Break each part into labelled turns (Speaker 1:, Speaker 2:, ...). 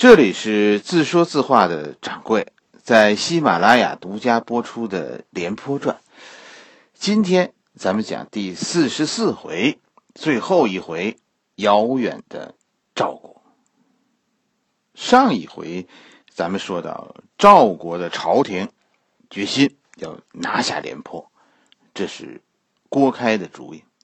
Speaker 1: 这里是自说自话的掌柜，在喜马拉雅独家播出的《廉颇传》。今天咱们讲第44回，最后一回，遥远的赵国。上一回咱们说到赵国的朝廷决心要拿下廉颇，这是郭开的主意。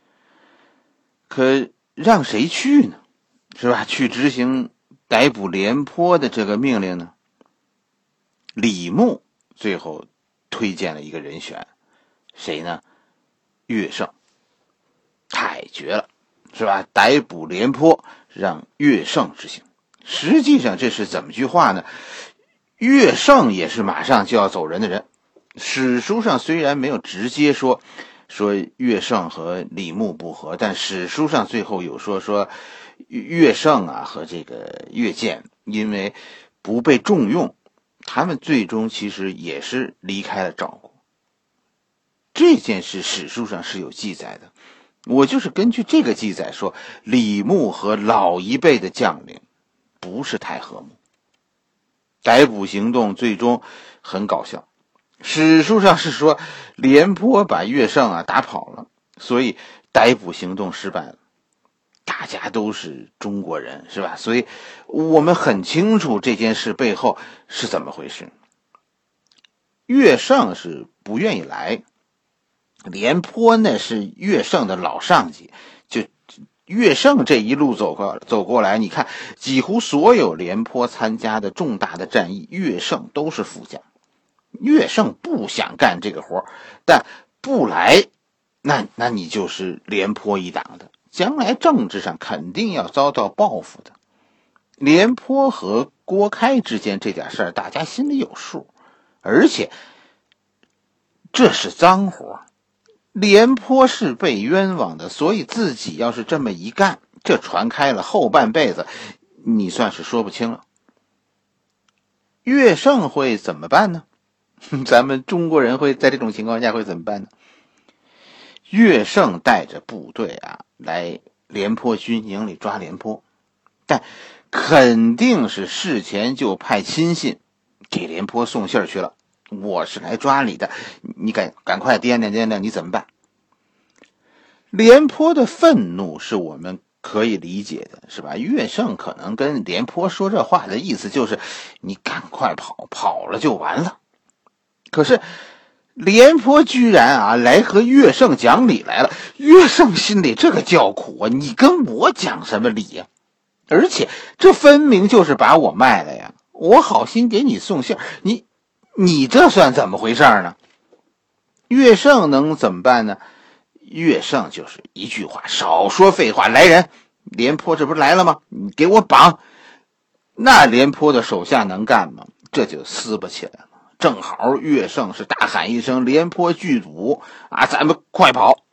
Speaker 1: 可让谁去呢？是吧？去执行逮捕廉颇的这个命令呢？李牧最后推荐了一个人选，谁呢？乐胜。太绝了，是吧？逮捕廉颇让乐胜执行。实际上这是怎么句话呢？乐胜也是马上就要走人的人。史书上虽然没有直接说乐胜和李牧不和，但史书上最后有说乐胜啊和这个乐建因为不被重用，他们最终其实也是离开了赵国。这件事史书上是有记载的，我就是根据这个记载说，李牧和老一辈的将领不是太和睦。逮捕行动最终很搞笑，史书上是说廉颇把乐胜打跑了，所以逮捕行动失败了。大家都是中国人，是吧？所以我们很清楚这件事背后是怎么回事。乐胜是不愿意来，廉颇呢是乐胜的老上级，就乐胜这一路走过来，你看几乎所有廉颇参加的重大的战役，乐胜都是副将。乐胜不想干这个活，但不来，那你就是廉颇一党的，将来政治上肯定要遭到报复的。廉颇和郭开之间这点事儿，大家心里有数，而且这是脏活。廉颇是被冤枉的，所以自己要是这么一干，这传开了，后半辈子你算是说不清了。乐胜会怎么办呢？咱们中国人会在这种情况下会怎么办呢？乐胜带着部队来廉颇军营里抓廉颇，但肯定是事前就派亲信给廉颇送信去了，我是来抓你的，你赶快掂量你怎么办。廉颇的愤怒是我们可以理解的，是吧？乐胜可能跟廉颇说这话的意思就是你赶快跑了就完了。可是廉颇居然来和乐胜讲理来了，乐胜心里这个叫苦你跟我讲什么理呀？而且这分明就是把我卖了呀！我好心给你送信，你这算怎么回事呢？乐胜能怎么办呢？乐胜就是一句话，少说废话，来人！廉颇这不是来了吗？你给我绑！那廉颇的手下能干吗？这就撕巴起来了。正好乐胜是大喊一声廉颇拒捕咱们快跑。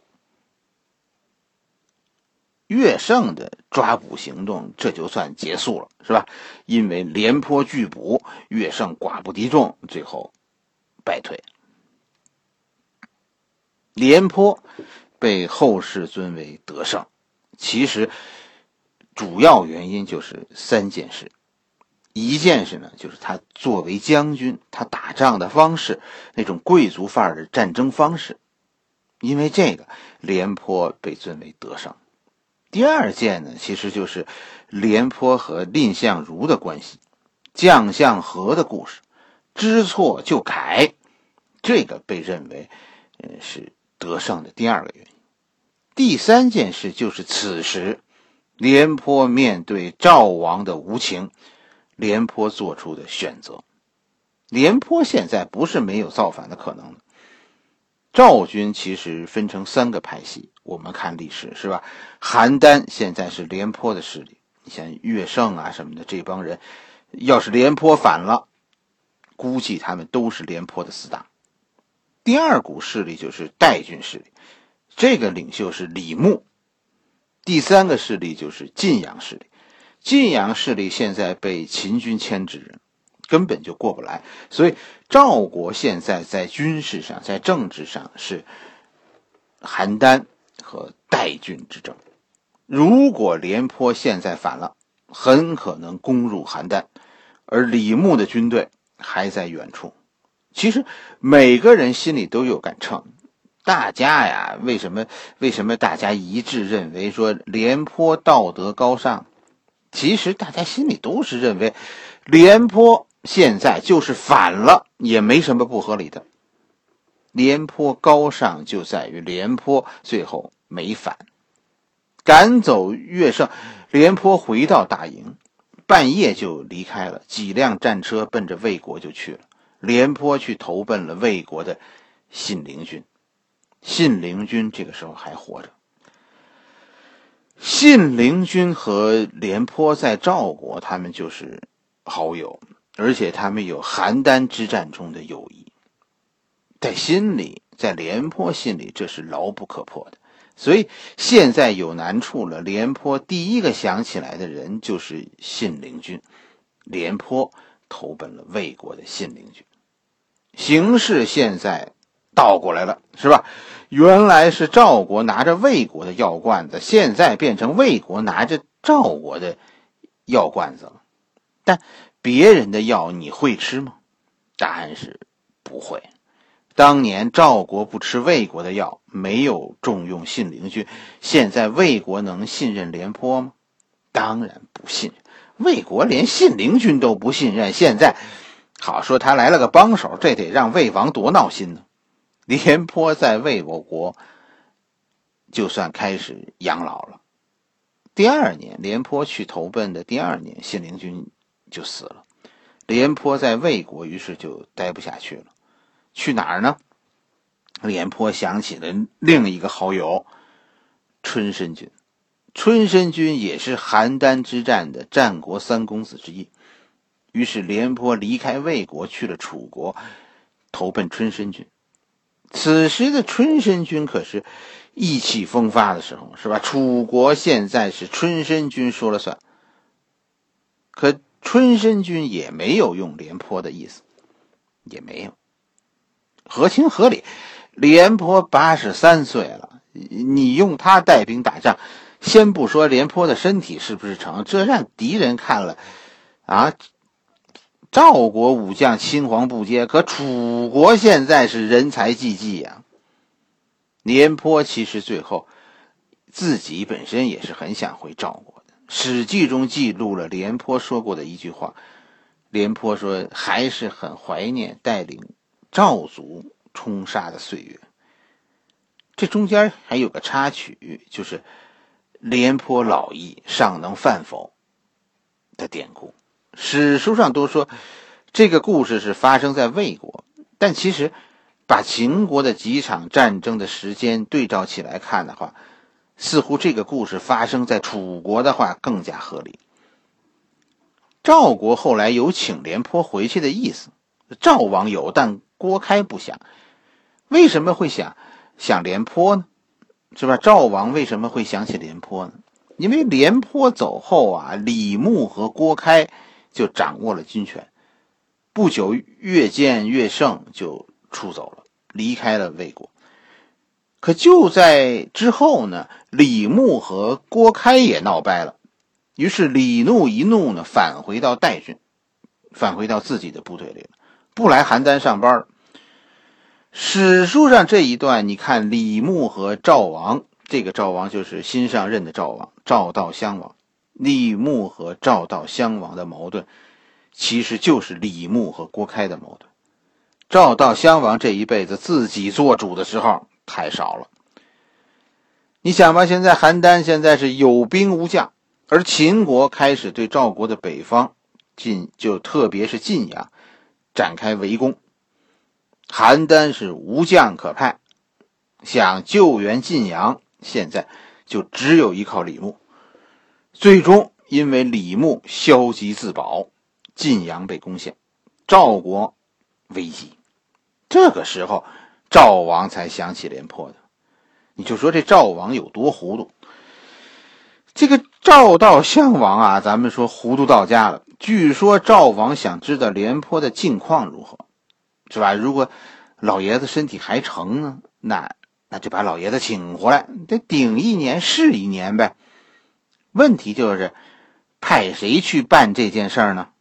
Speaker 1: 乐胜的抓捕行动这就算结束了，是吧？因为廉颇拒捕，乐胜寡不敌众，最后败退。廉颇被后世尊为得胜，其实主要原因就是3件事。一件事呢，就是他作为将军，他打仗的方式，那种贵族范儿的战争方式，因为这个廉颇被尊为得胜。第二件呢，其实就是廉颇和蔺相如的关系，将相和的故事，知错就改，这个被认为是得胜的第二个原因。第3件事就是此时廉颇面对赵王的无情，廉颇做出的选择。廉颇现在不是没有造反的可能的。赵军其实分成3个派系，我们看历史，是吧？邯郸现在是廉颇的势力，你像乐胜什么的这帮人，要是廉颇反了，估计他们都是廉颇的死党。第2股势力就是代郡势力，这个领袖是李牧。第3个势力就是晋阳势力，晋阳势力现在被秦军牵制，根本就过不来，所以赵国现在在军事上，在政治上是邯郸和代郡之争。如果廉颇现在反了， 很可能攻入邯郸，而李牧的军队还在远处。其实每个人心里都有杆秤，大家呀，为什么大家一致认为说廉颇道德高尚？其实大家心里都是认为廉颇现在就是反了，也没什么不合理的。廉颇高尚就在于廉颇最后没反。赶走乐胜，廉颇回到大营，半夜就离开了，几辆战车奔着魏国就去了。廉颇去投奔了魏国的信陵君，信陵君这个时候还活着。信陵君和廉颇在赵国他们就是好友，而且他们有邯郸之战中的友谊，在心里，在廉颇心里这是牢不可破的。所以现在有难处了，廉颇第一个想起来的人就是信陵君。廉颇投奔了魏国的信陵君，形势现在倒过来了，是吧？原来是赵国拿着魏国的药罐子，现在变成魏国拿着赵国的药罐子了。但别人的药你会吃吗？答案是不会。当年赵国不吃魏国的药，没有重用信陵君，现在魏国能信任廉颇吗？当然不信任。魏国连信陵君都不信任，现在好说他来了个帮手，这得让魏王多闹心呢。廉颇在魏国就算开始养老了。第二年，廉颇去投奔的第二年，信陵君就死了。廉颇在魏国于是就待不下去了，去哪儿呢？廉颇想起了另一个好友春申君。春申君也是邯郸之战的战国三公子之一，于是廉颇离开魏国去了楚国，投奔春申君。此时的春申君可是意气风发的时候，是吧？楚国现在是春申君说了算，可春申君也没有用廉颇的意思，也没有，合情合理。廉颇83岁了，你用他带兵打仗，先不说廉颇的身体是不是成，这让敌人看了啊！赵国武将青黄不接，可楚国现在是人才济济呀。廉颇其实最后自己本身也是很想回赵国的，《史记》中记录了廉颇说过的一句话，廉颇说还是很怀念带领赵族冲杀的岁月。这中间还有个插曲，就是廉颇老矣尚能饭否的典故。史书上都说这个故事是发生在魏国，但其实把秦国的几场战争的时间对照起来看的话，似乎这个故事发生在楚国的话更加合理。赵国后来有请廉颇回去的意思，赵王有，但郭开不想。为什么会想廉颇呢？是吧？赵王为什么会想起廉颇呢？因为廉颇走后啊，李牧和郭开就掌握了军权。不久，乐见、乐胜就出走了，离开了魏国。可就在之后呢，李牧和郭开也闹掰了。于是李怒一怒呢，返回到代郡，返回到自己的部队里了，不来邯郸上班了。史书上这一段，你看李牧和赵王，这个赵王就是新上任的赵王，赵悼襄王。李牧和赵悼襄王的矛盾，其实就是李牧和郭开的矛盾。赵悼襄王这一辈子自己做主的时候太少了。你想吧，现在邯郸现在是有兵无将，而秦国开始对赵国的北方就特别是晋阳展开围攻，邯郸是无将可派，想救援晋阳，现在就只有依靠李牧。最终因为李牧消极自保，晋阳被攻陷，赵国危机。这个时候赵王才想起廉颇的。你就说这赵王有多糊涂。这个赵悼襄王啊，咱们说糊涂到家了。据说赵王想知道廉颇的近况如何，是吧？如果老爷子身体还成呢，那就把老爷子请回来，得顶1年是1年呗。问题就是派谁去办这件事儿呢？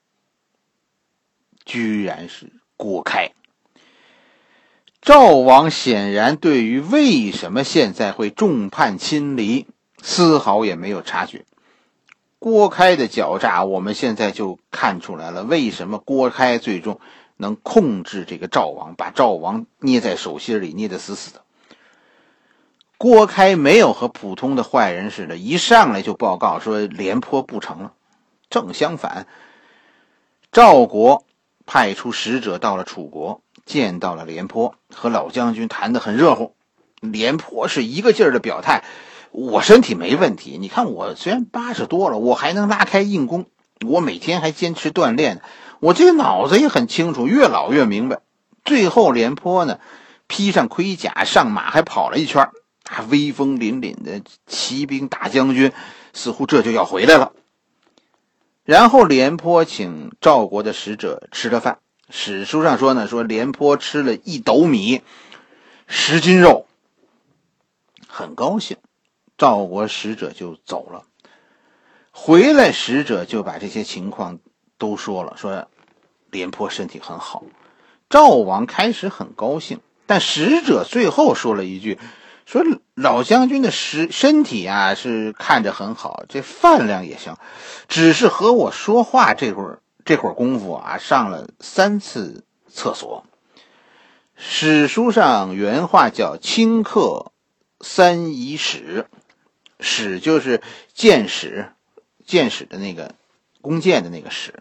Speaker 1: 居然是郭开。赵王显然对于为什么现在会众叛亲离丝毫也没有察觉。郭开的狡诈我们现在就看出来了，为什么郭开最终能控制这个赵王，把赵王捏在手心里，捏得死死的。郭开没有和普通的坏人似的，一上来就报告说廉颇不成了。正相反，赵国派出使者到了楚国，见到了廉颇，和老将军谈得很热乎。廉颇是一个劲儿的表态，我身体没问题，你看我虽然80多了，我还能拉开硬弓，我每天还坚持锻炼，我这个脑子也很清楚，越老越明白。最后廉颇呢，披上盔甲上马还跑了一圈，他威风凛凛的骑兵大将军似乎这就要回来了。然后廉颇请赵国的使者吃了饭，史书上说呢，说廉颇吃了1斗米10斤肉，很高兴。赵国使者就走了，回来使者就把这些情况都说了，说廉颇身体很好。赵王开始很高兴，但使者最后说了一句，说老将军的身体啊是看着很好，这饭量也行，只是和我说话这会儿功夫啊，上了3次厕所。史书上原话叫顷刻3仪使，使就是箭矢的那个弓箭的那个矢。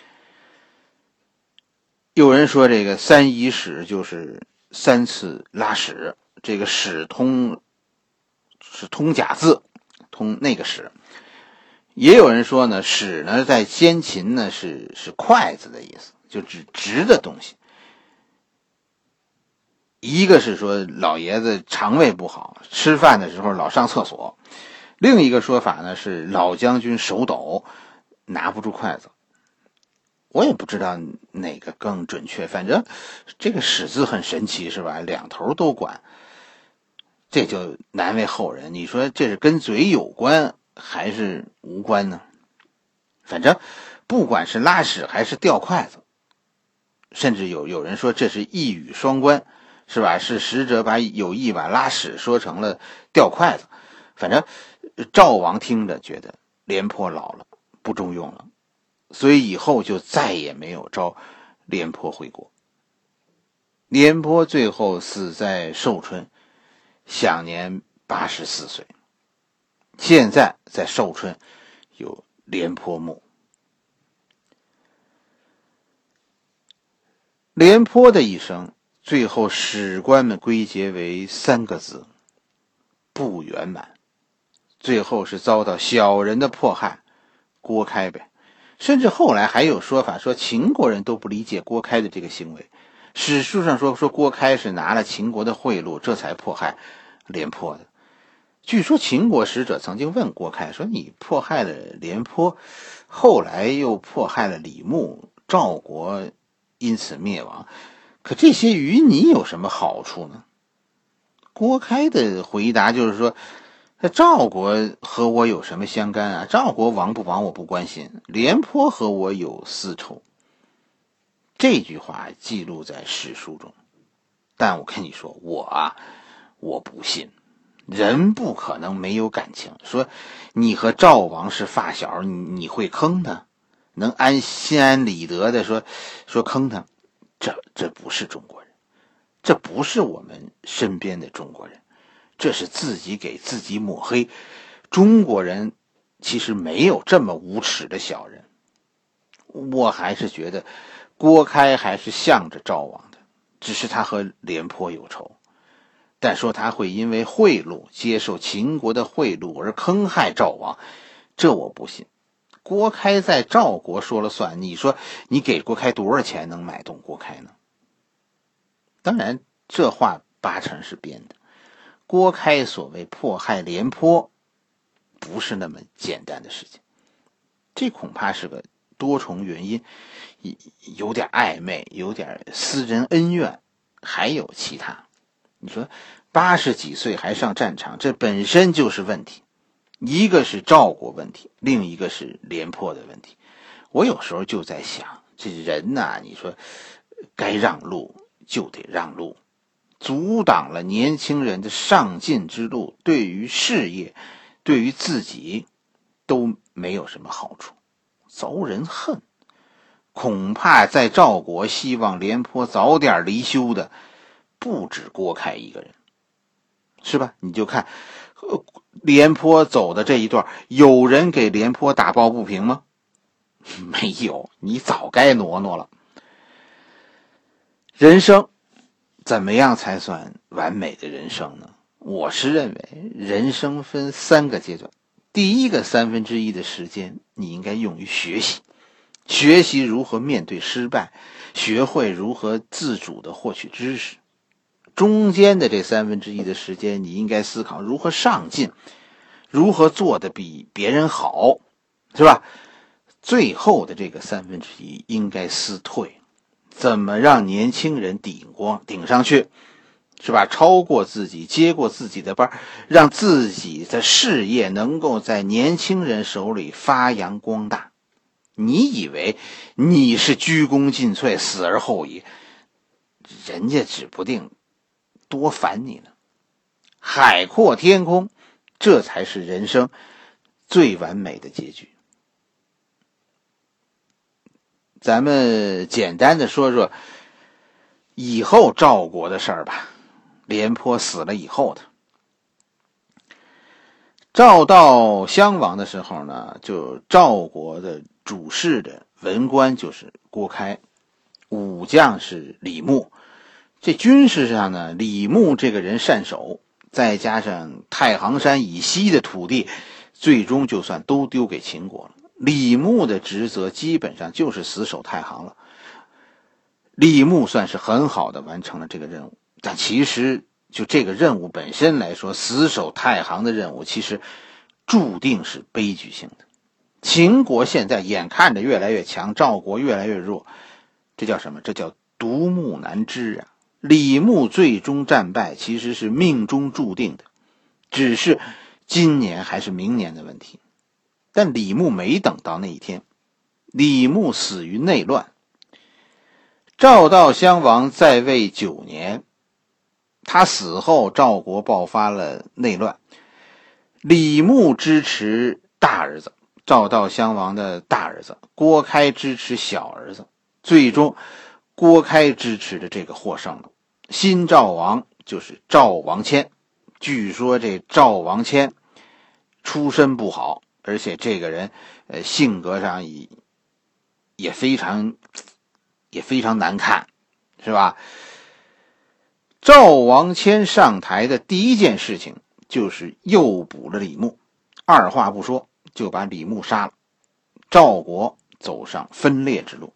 Speaker 1: 有人说这个3仪使就是3次拉屎，这个屎是通假字，通那个屎。也有人说呢，屎呢在先秦呢是筷子的意思，就指直的东西。一个是说老爷子肠胃不好，吃饭的时候老上厕所，另一个说法呢是老将军手抖，拿不住筷子。我也不知道哪个更准确，反正这个史字很神奇，是吧？两头都管，这就难为后人。你说这是跟嘴有关还是无关呢？反正不管是拉屎还是掉筷子，甚至有人说这是一语双关，是吧？是使者有意把拉屎说成了掉筷子。反正赵王听着觉得廉颇老了，不中用了，所以以后就再也没有招廉颇回国。廉颇最后死在寿春，享年84岁。现在在寿春有廉颇墓。廉颇的一生，最后史官们归结为3个字：不圆满。最后是遭到小人的迫害，郭开呗。甚至后来还有说法说秦国人都不理解郭开的这个行为。史书上说郭开是拿了秦国的贿赂，这才迫害廉颇的。据说秦国使者曾经问郭开说，你迫害了廉颇，后来又迫害了李牧，赵国因此灭亡，可这些于你有什么好处呢？郭开的回答就是说，赵国和我有什么相干啊？赵国亡不亡我不关心，廉颇和我有私仇。这句话记录在史书中，但我跟你说，我不信，人不可能没有感情。说你和赵王是发小，你会坑他，能心安理得的说坑他，这不是中国人，这不是我们身边的中国人，这是自己给自己抹黑。中国人其实没有这么无耻的小人。我还是觉得郭开还是向着赵王的，只是他和廉颇有仇。但说他会因为贿赂，接受秦国的贿赂而坑害赵王，这我不信。郭开在赵国说了算，你说你给郭开多少钱能买动郭开呢？当然这话8成是编的。郭开所谓迫害廉颇不是那么简单的事情，这恐怕是个多重原因，有点暧昧，有点私人恩怨，还有其他。你说80几岁还上战场，这本身就是问题。 一个是赵国问题，另一个是廉颇的问题。我有时候就在想，这人呐，你说该让路就得让路，阻挡了年轻人的上进之路，对于事业，对于自己都没有什么好处，遭人恨。恐怕在赵国希望廉颇早点离休的不止郭开一个人，是吧？你就看廉颇走的这一段，有人给廉颇打抱不平吗？没有，你早该挪挪了。人生怎么样才算完美的人生呢？我是认为人生分3个阶段，第一个1/3的时间你应该用于学习，学习如何面对失败，学会如何自主的获取知识。中间的这1/3的时间你应该思考如何上进，如何做得比别人好，是吧？最后的这个1/3应该思退，怎么让年轻人顶上去，是吧？超过自己，接过自己的班，让自己的事业能够在年轻人手里发扬光大。你以为你是鞠躬尽瘁，死而后已，人家指不定多烦你呢。海阔天空，这才是人生最完美的结局。咱们简单的说说以后赵国的事儿吧。廉颇死了以后的赵悼襄王的时候呢，就赵国的主事的文官就是郭开，武将是李牧。这军事上呢，李牧这个人善守，再加上太行山以西的土地最终就算都丢给秦国了，李牧的职责基本上就是死守太行了。李牧算是很好的完成了这个任务，但其实就这个任务本身来说，死守太行的任务其实注定是悲剧性的。秦国现在眼看着越来越强，赵国越来越弱，这叫什么？这叫独木难支啊！李牧最终战败其实是命中注定的，只是今年还是明年的问题。但李牧没等到那一天，李牧死于内乱。赵悼襄王在位9年，他死后赵国爆发了内乱，李牧支持大儿子赵悼襄王的大儿子，郭开支持小儿子，最终郭开支持的这个获胜了。新赵王就是赵王谦。据说这赵王谦出身不好，而且这个人性格上也非常难看，是吧？赵王谦上台的第一件事情就是诱捕了李牧，二话不说就把李牧杀了，赵国走上分裂之路。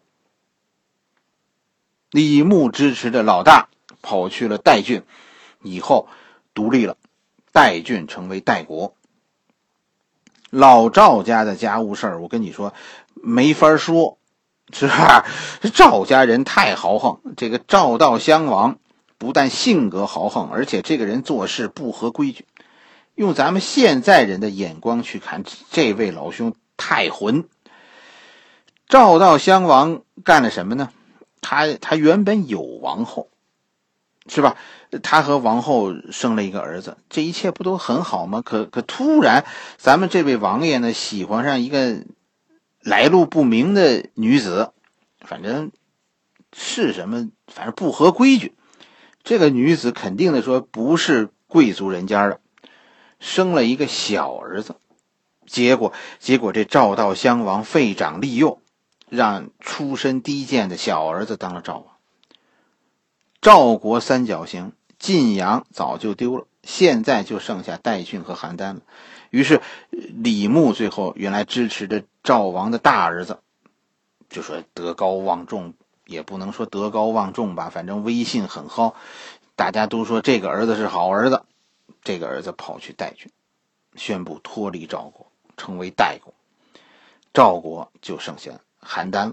Speaker 1: 李牧支持的老大跑去了代郡，以后独立了，代郡成为代国。老赵家的家务事儿，我跟你说没法说，是吧？赵家人太豪横，这个赵悼襄王不但性格豪横，而且这个人做事不合规矩。用咱们现在人的眼光去看，这位老兄太混。赵悼襄王干了什么呢？他原本有王后，是吧？他和王后生了一个儿子，这一切不都很好吗？可突然咱们这位王爷呢，喜欢上一个来路不明的女子，反正是什么，反正不合规矩。这个女子肯定的说不是贵族人家的，生了一个小儿子。结果这赵悼襄王废长立幼，让出身低贱的小儿子当了赵王。赵国三角形，晋阳早就丢了，现在就剩下代郡和邯郸了。于是李牧最后原来支持的赵王的大儿子，就说德高望重，也不能说德高望重吧，反正威信很高，大家都说这个儿子是好儿子。这个儿子跑去代郡，宣布脱离赵国，成为代国，赵国就剩下邯郸了。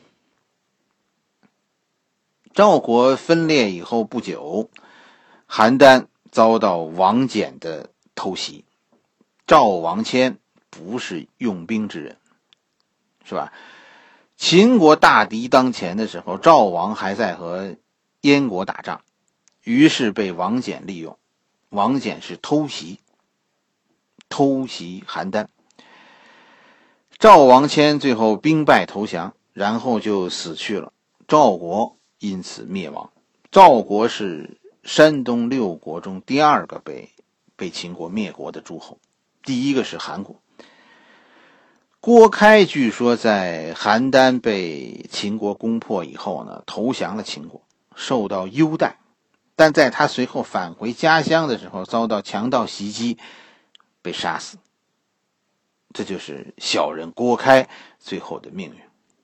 Speaker 1: 赵国分裂以后不久，邯郸遭到王翦的偷袭， 赵王谦不是用兵之人，是吧？秦国大敌当前的时候，赵王还在和燕国打仗，于是被王翦利用。王翦是偷袭邯郸，赵王谦最后兵败投降，然后就死去了，赵国因此灭亡。赵国是山东六国中第二个被秦国灭国的诸侯，第一个是韩国。郭开据说在邯郸被秦国攻破以后呢，投降了秦国，受到优待，但在他随后返回家乡的时候，遭到强盗袭击，被杀死。这就是小人郭开最后的命运。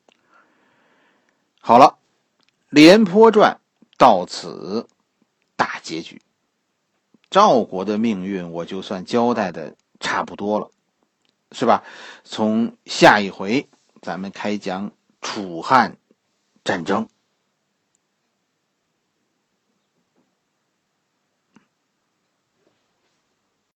Speaker 1: 好了，廉颇传到此大结局。赵国的命运我就算交代的差不多了，是吧？从下一回咱们开讲楚汉战争。